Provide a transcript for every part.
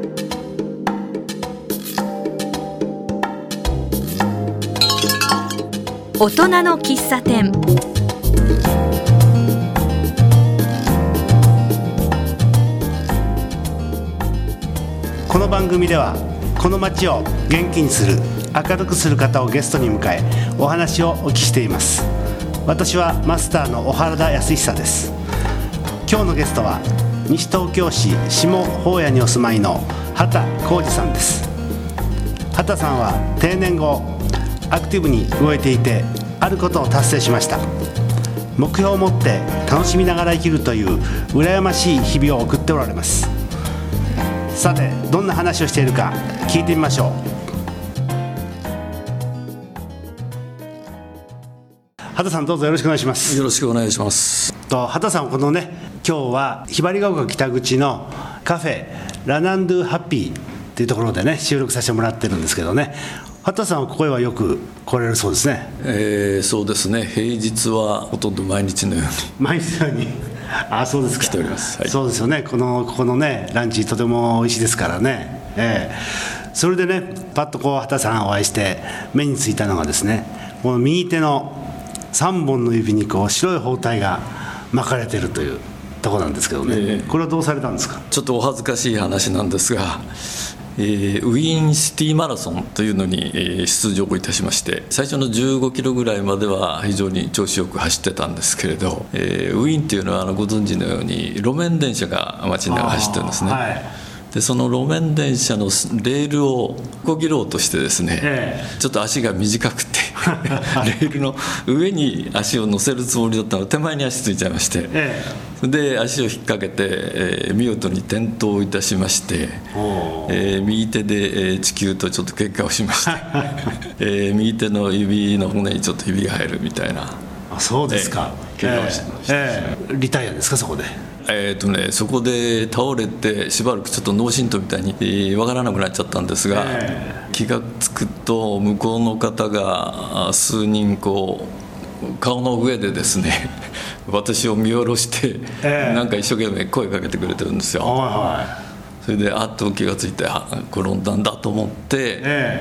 大人の喫茶店。 この番組ではこの街を元気にする、明るくする方をゲストに迎えお話をお聞きしています。私はマスターの小原田康久です。今日のゲストは西東京市下保谷にお住まいの畑浩二さんです。畑さんは定年後アクティブに動いていて、あることを達成しました。目標を持って楽しみながら生きるという羨ましい日々を送っておられます。さて、どんな話をしているか聞いてみましょう。畑さん、どうぞよろしくお願いします。 よろしくお願いします。 畑さん、このね、今日はひばりが丘北口のカフェラナンドゥハッピーっていうところでね、収録させてもらってるんですけどね、畑さんはここへはよく来られるそうですね。 そうですね、平日はほとんど毎日のように毎日のようにそうですか。 来ております、はい、 そうですよね。このね、ランチとても美味しいですからね。それでね、パッと畑さんお会いして目についたのがですね、この右手の3本の指に白い包帯が巻かれているというところなんですけどね、これはどうされたんですか？ ちょっとお恥ずかしい話なんですが、ウィーンシティマラソンというのに出場いたしまして、最初の15キロぐらいまでは非常に調子よく走ってたんですけれど、ウィーンというのはご存知のように路面電車が街の中走ってるんですね。でその路面電車のレールをこぎろうとしてですね、ちょっと足が短くてレールの上に足を乗せるつもりだったのが手前に足ついちゃいまして、で足を引っ掛けて、見事に転倒いたしまして、右手で、地球とちょっと喧嘩をしまして、右手の指の骨にちょっとひびが入るみたいな。 そうですか。 怪我をしてました。 リタイアですか、そこで？ そこで倒れてしばらくちょっと脳震盪みたいに分からなくなっちゃったんですが、気がつくと向こうの方が数人顔の上でですね私を見下ろして、なんか一生懸命声かけてくれてるんですよ。それであっと気がついて転んだんだと思って、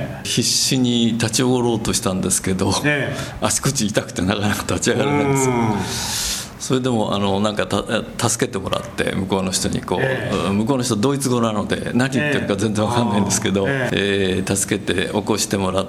必死に立ち上がろうとしたんですけど、足口痛くてなかなか立ち上がれないんですよ。それでもなんか助けてもらって、向こうの人に向こうの人ドイツ語なので何言ってるか全然わかんないんですけど、助けて起こしてもらって、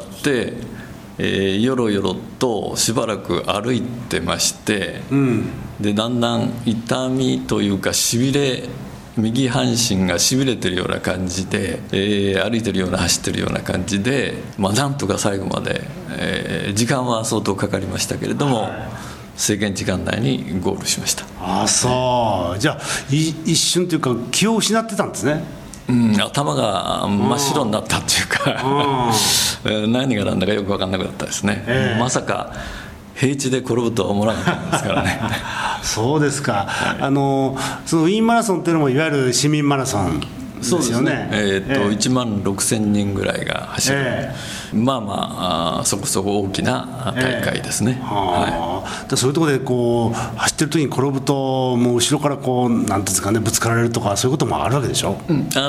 よろよろとしばらく歩いてまして、でだんだん痛みというか右半身がしびれてるような感じで、歩いてるような走ってるような感じで、なんとか最後まで、時間は相当かかりましたけれども、制限時間内にゴールしました。 そう。じゃあ一瞬というか気を失ってたんですね。 頭が真っ白になったっていうか何が何だかよく分かんなくなったですね。まさか平地で転ぶとは思わなかったんですからねそうですか。そのウィーンマラソンっていうのもいわゆる市民マラソンですよね。 1万6000人ぐらいが走る、そこそこ大きな大会ですね。 そういうところで走ってる時に転ぶと、もう後ろからなんていうんですかね、ぶつかられるとかそういうこともあるわけでしょ。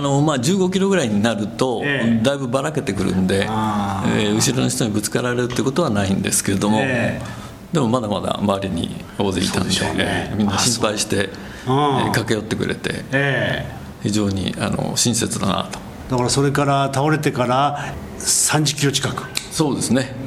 15キロぐらいになると、だいぶばらけてくるんで、後ろの人にぶつかられるってことはないんですけれども、でもまだまだ周りに大勢いたんで、みんな心配して駆け寄ってくれて、非常に親切だなと。 だからそれから倒れてから30キロ近く。そうですね、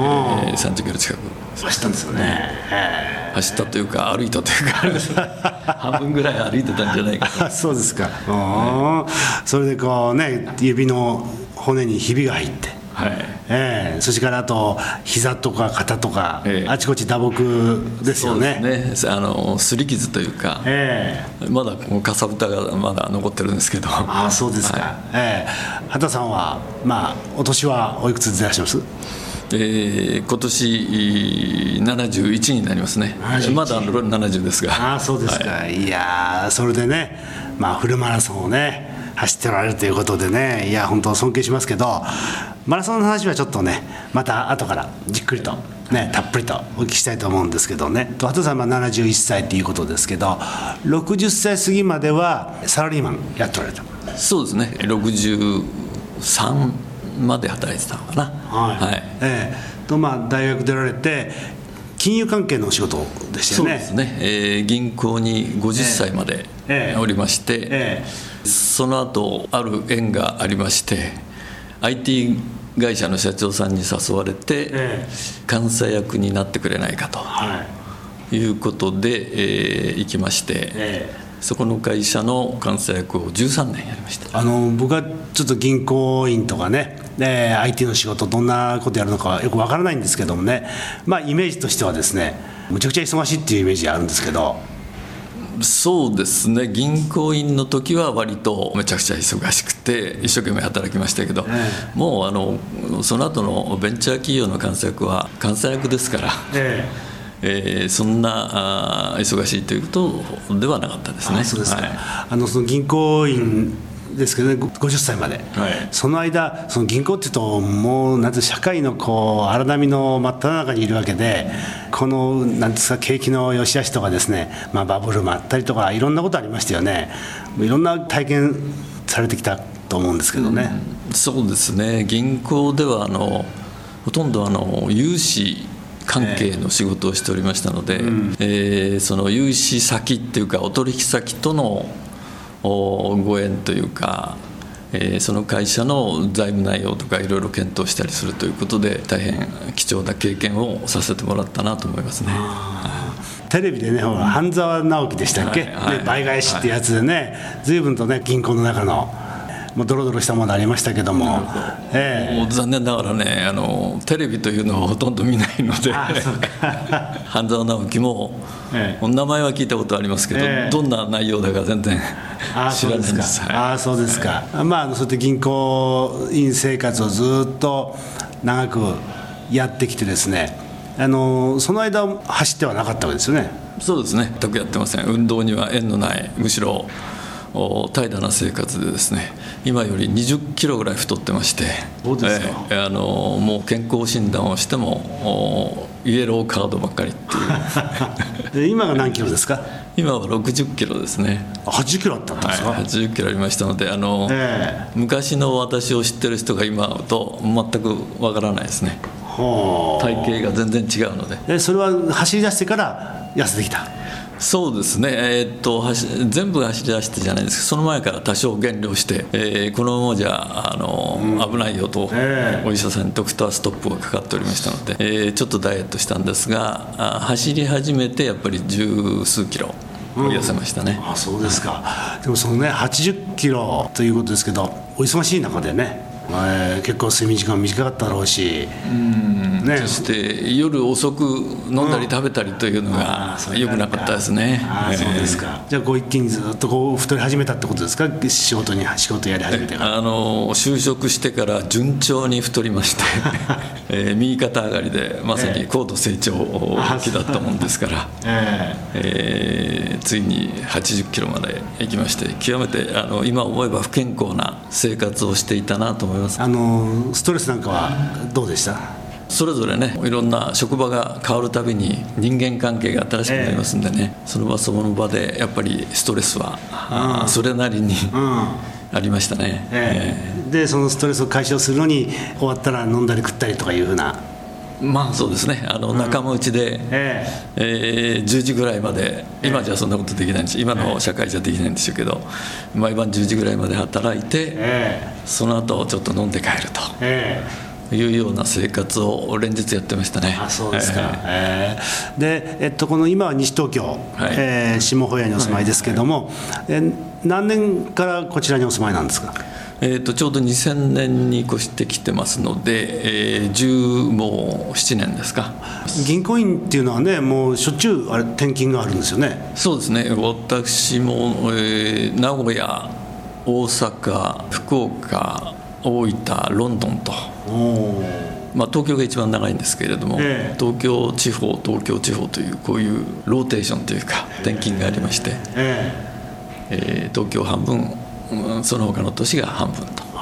30キロ近く走ったんですよね。 走ったというか歩いたというか半分ぐらい歩いてたんじゃないかとそうですか。それで指の骨にひびが入って、それからあと膝とか肩とか、あちこち打撲ですよね。 そうですね、擦り傷というか、まだかさぶたがまだ残ってるんですけど。 そうですか。畑さんはお年はおいくつでいらっしゃいます？ 今年71になりますね。まだ70ですが。 そうですか。いや、それでね、フルマラソンをね走っておられるということでね、いや本当尊敬しますけど、マラソンの話はちょっとね、また後からじっくりとね、たっぷりとお聞きしたいと思うんですけどね。畑さんは71歳ということですけど、60歳過ぎまではサラリーマンやっておられた。 そうですね、63まで働いてたのかな。 はい。大学出られて金融関係のお仕事でしたよね。 そうですね、銀行に50歳までおりまして、その後ある縁がありまして、IT 会社の社長さんに誘われて、監査役になってくれないかということで、行きまして、そこの会社の監査役を13年やりました。 僕はちょっと銀行員とかね、IT の仕事どんなことやるのかよくわからないんですけどもね、イメージとしてはですね、むちゃくちゃ忙しいっていうイメージがあるんですけど。 そうですね、銀行員の時は割とめちゃくちゃ忙しくて一生懸命働きましたけど、もうその後のベンチャー企業の監査役は監査役ですから、そんな忙しいということではなかったですね。 そうですか。その銀行員ですけどね、50歳まで、その間、その銀行っていうともうなんて社会の荒波の真っ只中にいるわけで、このなんですか、景気の良し悪しとかですね、バブルもあったりとかいろんなことありましたよね。いろんな体験されてきたと思うんですけどね。 そうですね、銀行ではほとんど融資関係の仕事をしておりましたので、その融資先っていうかお取引先とのご縁というか、その会社の財務内容とかいろいろ検討したりするということで、大変貴重な経験をさせてもらったなと思いますね。 テレビでね、半沢直樹でしたっけ、倍返しってやつでね、随分とね、銀行の中のもうドロドロしたものありましたけども、もう残念ながらね、テレビというのはほとんど見ないので、半沢直樹も、名前は聞いたことありますけど、どんな内容だか全然知らないんです。 そうですか。そうやって銀行員生活をずっと長くやってきてですね、その間走ってはなかったわけですよね。 そうですね、全くやってません。運動には縁のない、むしろ怠惰な生活でですね、今より20キロぐらい太ってまして、 そうですか。 もう健康診断をしてもイエローカードばっかりっていう今が何キロですか？ 今は60キロですね。 80キロあったんですか？ 80キロありましたので、昔の私を知ってる人が今と全くわからないですね。体型が全然違うので。 それは走り出してから痩せてきた？ そうですね、全部走り出してじゃないですけど、その前から多少減量して、このままじゃ危ないよと、お医者さんにドクターストップがかかっておりましたので、ちょっとダイエットしたんですが、走り始めてやっぱり十数キロ痩せましたね。 そうですか。でもそのね、80キロということですけど、お忙しい中でね、結構睡眠時間短かったろうし、 そして夜遅く飲んだり食べたりというのが良くなかったですね。 そうですか。じゃあ一気にずっと太り始めたってことですか？仕事やり始めてから。 就職してから順調に太りまして右肩上がりでまさに高度成長期だったもんですから、ついに80キロまで行きまして、極めて今思えば不健康な生活をしていたなと思います。 ストレスなんかはどうでした？ それぞれね、いろんな職場が変わるたびに人間関係が新しくなりますんでね、その場その場でやっぱりストレスは、それなりに、ありましたね。 でそのストレスを解消するのに終わったら飲んだり食ったりとかいうふうな。 そうですね、仲間内で、10時ぐらいまで、今じゃそんなことできないんです、今の社会じゃできないんでしょうけど、毎晩10時ぐらいまで働いて、その後ちょっと飲んで帰るというような生活を連日やってましたね。 そうですか。で、この今は西東京、下保谷にお住まいですけども、何年からこちらにお住まいなんですか？ ちょうど2000年に越してきてますので、もう7年ですか。 銀行員っていうのはね、もうしょっちゅう転勤があるんですよね。 そうですね、私も、名古屋、大阪、福岡、大分、ロンドンと、東京が一番長いんですけれども、東京地方というこういうローテーションというか転勤がありまして、東京半分、その他の都市が半分と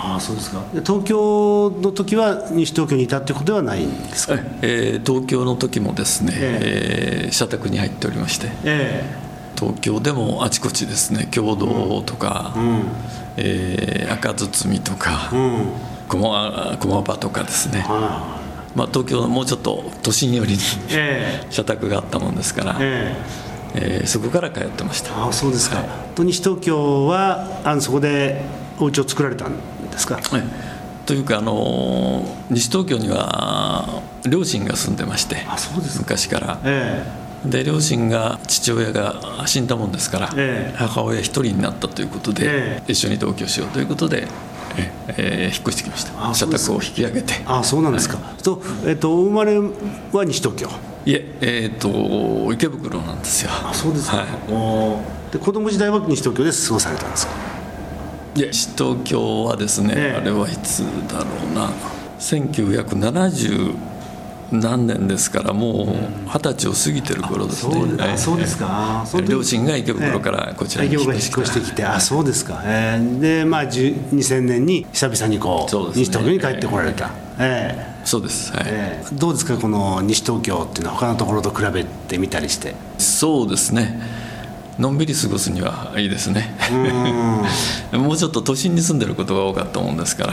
ああ、そうですか。東京の時は西東京にいたってことではないんですか。 東京の時もですね、社宅に入っておりまして、東京でもあちこちですね、経堂とか、赤堤とか、駒場とかですね、東京のもうちょっと都心寄りに、社宅があったもんですから、そこから通ってました。 ああ、そうですか。西東京はそこでお家を作られたんですか。 というか西東京には両親が住んでまして、 そうですか。 昔から、で両親が父親が死んだもんですから、母親一人になったということで、一緒に同居しようということで、引っ越してきました。社宅を引き上げて。 そうなんですか。お生まれは西東京。 いえ、池袋なんですよ。 そうですか。で子供時代は西東京で過ごされたんですか。 いや、西東京はですね、あれはいつだろうな、1970何年ですから、もう20歳を過ぎてる頃ですね。 そうですか。 両親が池袋からこちらに引っ越してきて、 そうですか。で2000年に久々に西東京に帰ってこられた。 そうです。 どうですか、この西東京っていうのは他のところと比べてみたりして。 そうですね、のんびり過ごすにはいいですね。もうちょっと都心に住んでることが多かったもんですから、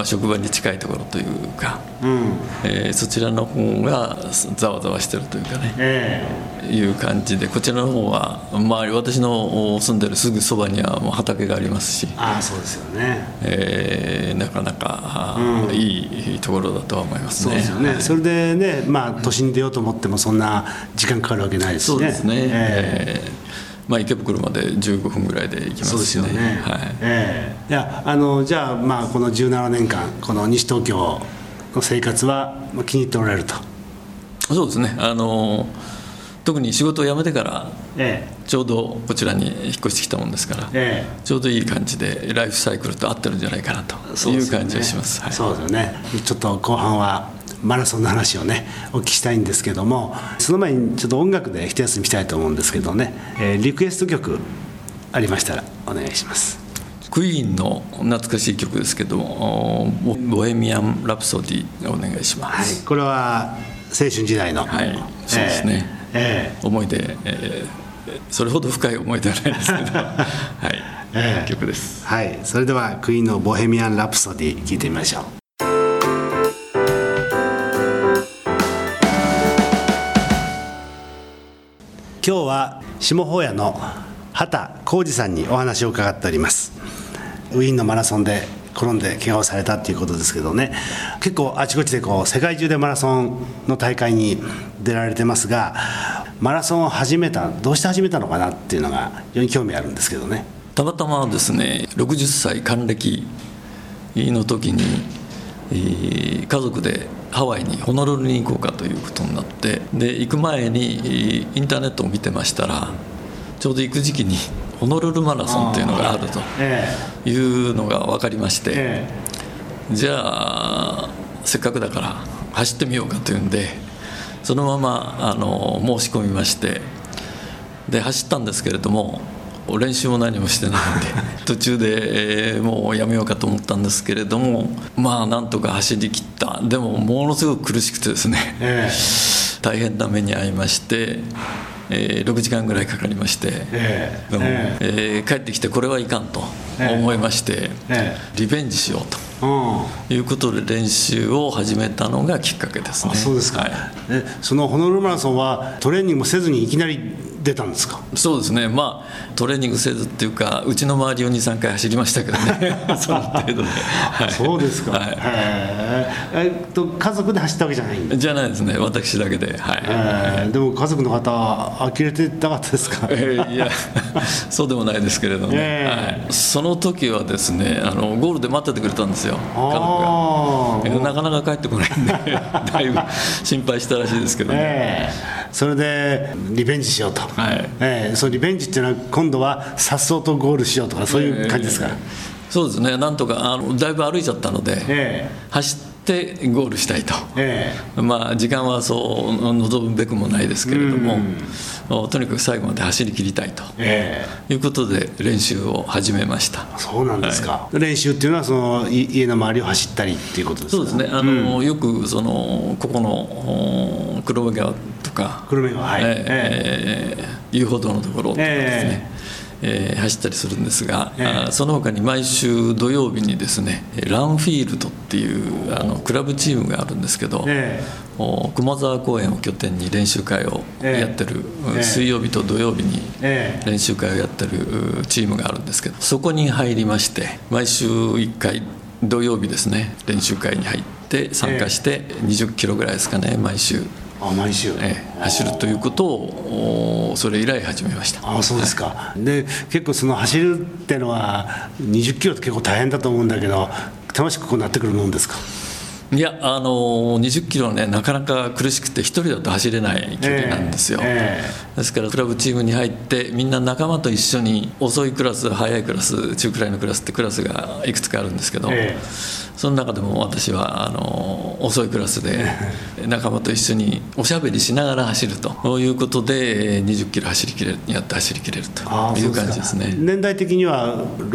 職場に近いところというか、そちらの方がざわざわしてるというかね、いう感じで、こちらの方は、私の住んでるすぐそばにはもう畑がありますし、 そうですよね。 なかなかいいところだとは思いますね。 そうですよね。それでね、都心に出ようと思ってもそんな時間かかるわけないですしね。 そうですね。池袋まで15分ぐらいで行きますしね。 そうですよね。じゃあこの17年間この西東京の生活は気に入っておられると。 そうですね。特に仕事を辞めてからちょうどこちらに引っ越してきたもんですから、ちょうどいい感じでライフサイクルと合ってるんじゃないかなという感じがします。 そうですよね。ちょっと後半はマラソンの話をねお聞きしたいんですけども、その前にちょっと音楽で一休みしたいと思うんですけどね、リクエスト曲ありましたらお願いします。 クイーンの懐かしい曲ですけども、ボヘミアン・ラプソディお願いします。 これは青春時代の、 そうですね、思い出、それほど深い思い出はないですけど曲です。 それではクイーンのボヘミアン・ラプソディ聴いてみましょう。今日は下保谷の畑浩二さんにお話を伺っております。ウィーンのマラソンで転んで怪我をされたっていうことですけどね、結構あちこちで世界中でマラソンの大会に出られてますが、マラソンをどうして始めたのかなっていうのが非常に興味あるんですけどね。 たまたまですね、60歳還暦の時に家族でハワイにホノルルに行こうかということになって、で行く前にインターネットを見てましたら、ちょうど行く時期にホノルルマラソンというのがあるというのが分かりまして、じゃあせっかくだから走ってみようかというんで、そのまま申し込みまして、で走ったんですけれども、練習も何もしてないんで途中で、もうやめようかと思ったんですけれども、なんとか走り切った。でもものすごく苦しくてですね、大変な目に遭いまして、6時間ぐらいかかりまして、でも帰ってきてこれはいかんと思いまして、リベンジしようということで練習を始めたのがきっかけですね。 そうですか。そのホノルルマラソンはトレーニングもせずにいきなり出たんですか。 そうですね、トレーニングせずっていうか、うちの周りを 2,3 回走りましたけどねその程度で、 そうですか。家族で走ったわけじゃないんで。 じゃないですね、私だけで。 でも家族の方呆れてなかったですか。 いやそうでもないですけれども、その時はですね、ゴールで待っててくれたんですよ、家族が。なかなか帰ってこないんでだいぶ心配したらしいですけどね。 それでリベンジしようと、そのリベンジっていうのは今度は颯爽とゴールしようとか、そういう感じですか。 そうですね、なんとかだいぶ歩いちゃったので、走っでゴールしたいと、まあ、時間はそう望むべくもないですけれども、とにかく最後まで走り切りたいと、いうことで練習を始めました。 そうなんですか、練習っていうのはその家の周りを走ったりっていうことですか？ そうですね、よくここの黒部川とか黒部川、 遊歩道のところとかですね、走ったりするんですが、その他に毎週土曜日にですねランフィールドっていうクラブチームがあるんですけど、駒沢公園を拠点に練習会をやってる、水曜日と土曜日に練習会をやってるチームがあるんですけど、そこに入りまして毎週1回土曜日ですね練習会に入って参加して20キロぐらいですかね、毎週走るということをそれ以来始めました。 そうですか、で結構その走るっていうのは20キロって結構大変だと思うんだけど、楽しくなってくるもんですか？ いや、20キロはねなかなか苦しくて一人だと走れない距離なんですよ、ですからクラブチームに入ってみんな仲間と一緒に遅いクラス、速いクラス、中くらいのクラスってクラスがいくつかあるんですけど、その中でも私は遅いクラスで仲間と一緒におしゃべりしながら走るということで20キロやって走りきれるという感じですね。 年代的には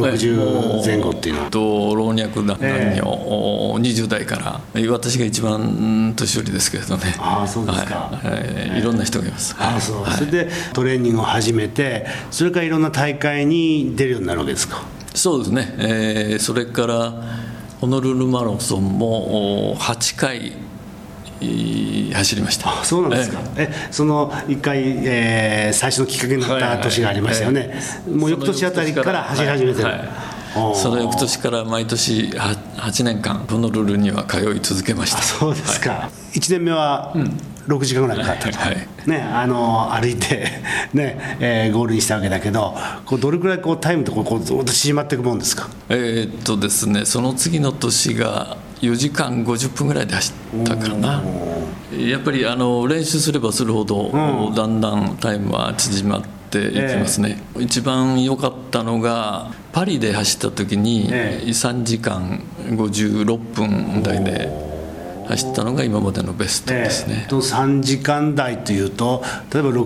60前後っていうのは老若男女、20代から私が一番年寄りですけれどね。 そうですか、 いろんな人がいます。 それでトレーニングを始めて、それからいろんな大会に出るようになるわけですか？ そうですね、それからホノルルマラソンも8回走りました。 そうなんですか、その1回、最初のきっかけになった年がありましたよね、もう翌年あたりから走り始めてる、 その翌年から毎年8年間ホノルルには通い続けました。 そうですか、1年目は6時間ぐらいかかったと、歩いて、ゴールにしたわけだけど、どれくらいタイムとずっと縮まっていくもんですか？ ですね、その次の年が4時間50分ぐらいで走ったかな。やっぱり練習すればするほど、だんだんタイムは縮まっていきますね。一番良かったのがパリで走った時に3時間56分台で走ったのが今までのベストですね。 3時間台というと、例えば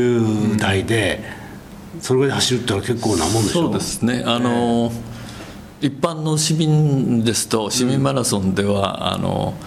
60台でそれぐらい走るってのは結構なもんでしょう？ そうですね、一般の市民ですと、市民マラソンでは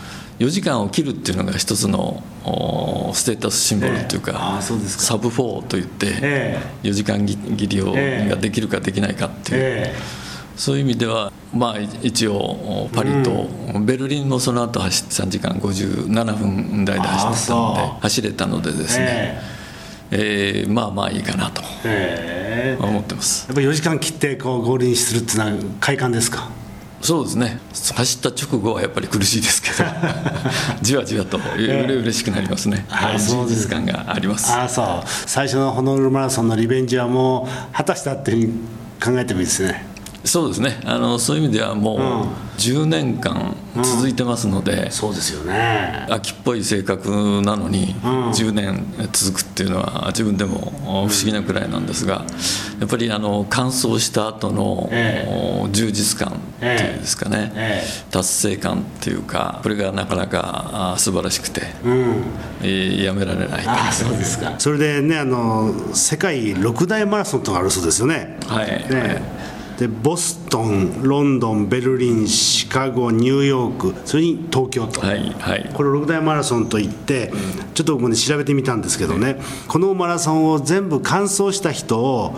4時間を切るっていうのが一つのステータスシンボルというか、サブ4といって4時間切りができるかできないかっていう、そういう意味では、一応パリとベルリンもその後3時間57分台で走れたのでですね、まあいいかなと思ってます。 やっぱり4時間切ってゴールにするっていうのは快感ですか？ そうですね、走った直後はやっぱり苦しいですけどじわじわと嬉しくなりますね。充実感があります。 最初のホノルルマラソンのリベンジはもう果たしたっていうふうに考えてもいいですね。 そうですね、そういう意味ではもう10年間続いてますので、 そうですよね、 秋っぽい性格なのに10年続くっていうのは自分でも不思議なくらいなんですが、やっぱり完走した後の充実感っていうんですかね、達成感っていうか、これがなかなか素晴らしくて、やめられない。 そうですか。それでね、世界6大マラソンとかあるそうですよね。でボストン、ロンドン、ベルリン、シカゴ、ニューヨーク、それに東京と、これ6大マラソンといって、ちょっと僕ね調べてみたんですけどね、このマラソンを全部完走した人を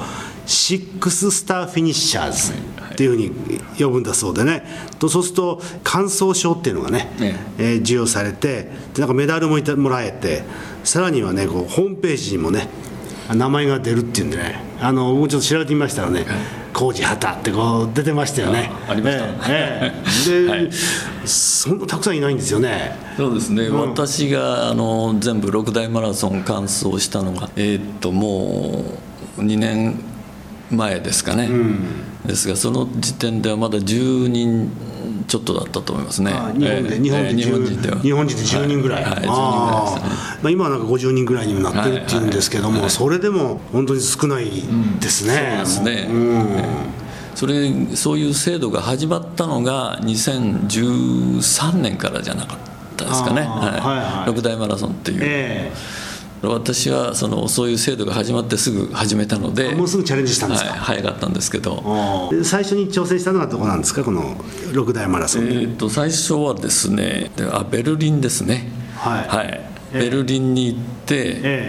6スターフィニッシャーズっていうふうに呼ぶんだそうでね、そうすると完走証っていうのがね、授与されて、でなんかメダルももらえて、さらにはねホームページにもね名前が出るっていうんでね、僕ちょっと調べてみましたらね、工事旗って出てましたよね。 ありました。 で、そんなたくさんいないんですよね。 そうですね、私が全部6大マラソン完走したのがもう2年前ですかね、ですがその時点ではまだ10人ちょっとだったと思いますね。 日本人で10人ぐらい、今はなんか50人ぐらいにもなってるっていうんですけども、それでも本当に少ないですね。 そうですね、 そういう制度が始まったのが2013年からじゃなかったですかね、六大マラソンっていう、私はそういう制度が始まってすぐ始めたので、 もうすぐチャレンジしたんですか？ 早かったんですけど。 最初に挑戦したのはどこなんですか、この六大マラソン？ 最初はですね、ベルリンですね。ベルリンに行って、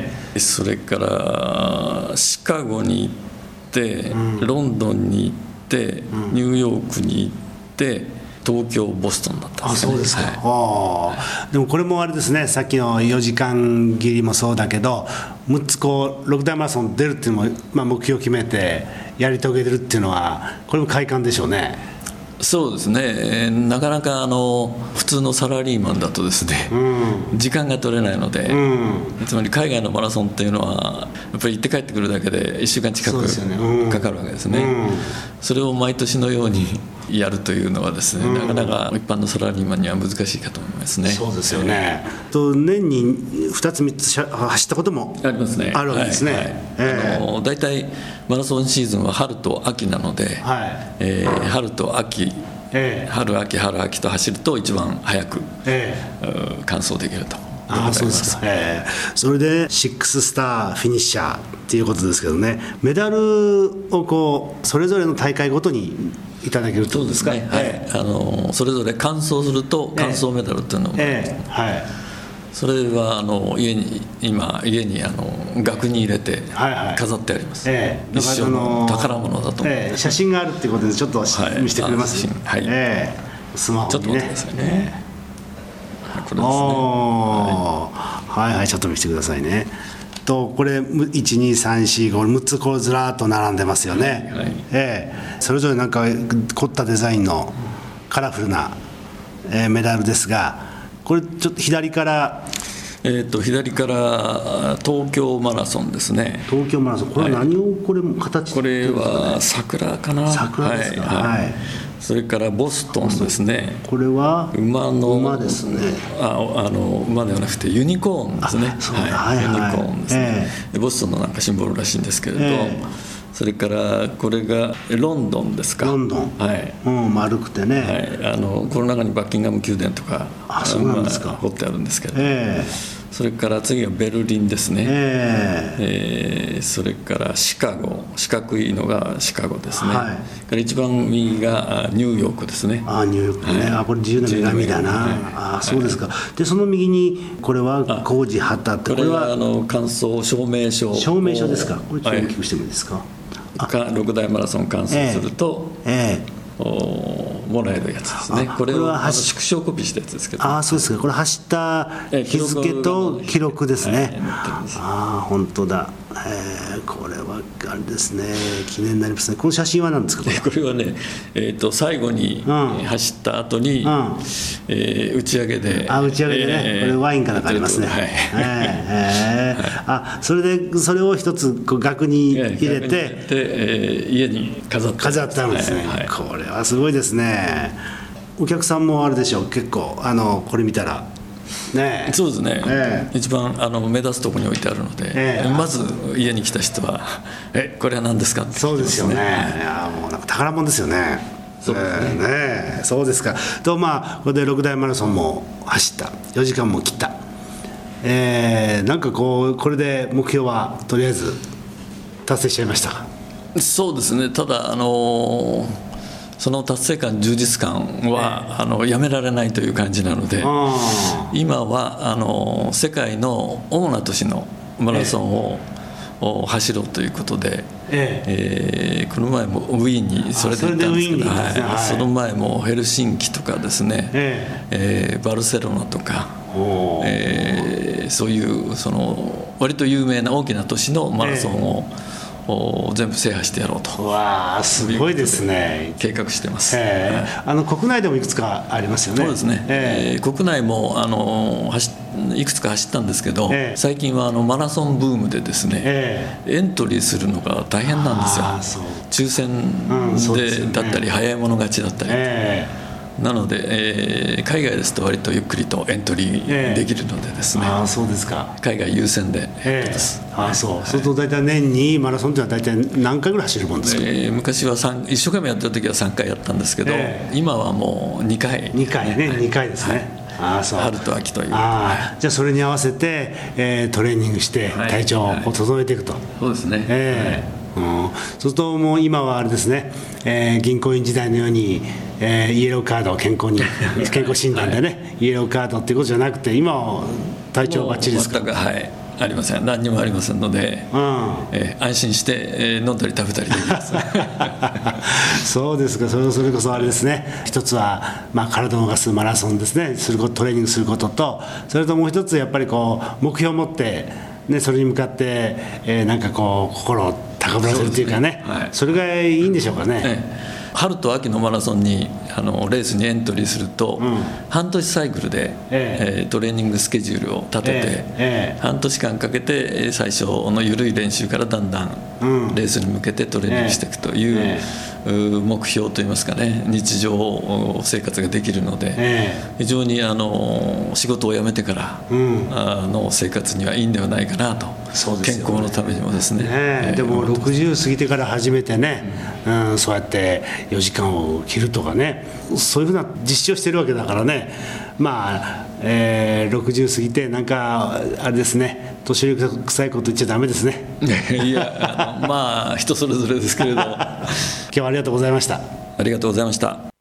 それからシカゴに行って、ロンドンに行って、ニューヨークに行って、東京、ボストンだったんですね。 そうですか。でもこれもあれですね、さっきの4時間切りもそうだけど、6つ六大マラソン出るっていうのも、目標を決めてやり遂げてるっていうのは、これも快感でしょうね。 そうですね、なかなか普通のサラリーマンだとですね、時間が取れないので、つまり海外のマラソンっていうのはやっぱり行って帰ってくるだけで1週間近くかかるわけですね。それを毎年のようにやるというのはですね、なかなか一般のサラリーマンには難しいかと思いますね。 そうですよね。年に2つ3つ走ったこともありますね。あるわけですね。 だいたいマラソンシーズンは春と秋なので、春と秋、春秋春秋と走ると一番早く完走できると。 そうですか。それで6スターフィニッシャーっていうことですけどね、メダルをそれぞれの大会ごとにいただけるとですか？ それぞれ完走すると完走メダルっていうのも、それは家に額に入れて飾ってあります。一生の宝物だと思う。 写真があるっていうことでちょっと見せてくれます？スマホにね。ちょっと待ってくださいね。これですね。ちょっと見せてくださいね。これ12345つずらっと並んでますよね。それぞれなんか凝ったデザインのカラフルなメダルですが、これちょっと左から左から東京マラソンですね。 東京マラソン、これは何を形？ これは桜かな。 桜ですか。 それからボストンですね。 これは馬ですね。 馬ではなくてユニコーンですね。ユニコーンですね。ボストンのなんかシンボルらしいんですけれど、それからこれがロンドンですか。 ロンドン、丸くてね、 この中にバッキンガム宮殿とか彫ってあるんですけど、それから次はベルリンですね。それからシカゴ、四角いのがシカゴですね。から一番右がニューヨークですね。 ニューヨークね。これ自由な女神だな。そうですか。でその右にこれは工事旗って、 これは完走証明書。 証明書ですか。これちょっと大きくしてもいいですか。 六大マラソン完走するともらえるやつですね。これは縮小コピーしたやつですけど。 そうですか。これ走った日付と記録ですね。本当だ。これはあれですね、記念になりますね。この写真は何ですか？ これはね、最後に走った後に打ち上げで、 打ち上げでね、これワインかなんかありますね。それでそれを一つ額に入れて家に飾ってあるんですね。これはすごいですね。お客さんもあれでしょう、結構これ見たらね。 そうですね、一番目立つところに置いてあるので、まず家に来た人はこれは何ですかって、 そうですよね。もうなんか宝物ですよね。そうですね。そうですか。これで六大マラソンも走った、4時間も切った、なんかこれで目標はとりあえず達成しちゃいましたか？ そうですね。ただその達成感、充実感はやめられないという感じなので、今は世界の主な都市のマラソンを走ろうということで、この前もウィーンにそれで行ったんですけど、その前もヘルシンキとかですね、バルセロナとか、そういう割と有名な大きな都市のマラソンを全部制覇してやろうと。 わあ、すごいですね。 計画してます。 国内でもいくつかありますよね。 そうですね。国内もいくつか走ったんですけど、最近はマラソンブームでですね、エントリーするのが大変なんですよ。抽選でだったり早い者勝ちだったり、 なので、海外ですと割とゆっくりとエントリーできるのでですね、 そうですか。 海外優先でやってます。 そうすると大体年にマラソンというのは大体何回ぐらい走るもんですか？ 昔は一生懸命やってる時は3回やったんですけど、今はもう2回ね、2回ですね。 春と秋という。じゃあそれに合わせて、トレーニングして体調を整えていくと。 そうですね。 そうするともう今はあれですね、銀行員時代のように、イエローカードを健康診断でね、イエローカードっていうことじゃなくて、今は体調バッチリですか？ 全くありません。何にもありませんので、安心して、飲んだり食べたりできますそうですか。それこそあれですね、一つは、体を動かすマラソンですね、トレーニングすることと、それともう一つやっぱりこう目標を持って、ね、それに向かって、なんかこう心を高ぶらせるというかね、それがいいんでしょうかね。 春と秋のマラソンにレースにエントリーすると、半年サイクルで、トレーニングスケジュールを立てて、半年間かけて最初の緩い練習からだんだんレースに向けてトレーニングしていくという、目標といいますかね、日常生活ができるので、非常に仕事を辞めてからの生活にはいいんではないかなと。健康のためにもですね。 でも60過ぎてから初めてね、そうやって4時間を切るとかね、そういうふうな実施をしてるわけだからね、60過ぎてなんかあれですね、年寄り臭いこと言っちゃダメですね。 いや人それぞれですけれど。 今日はありがとうございました。 ありがとうございました。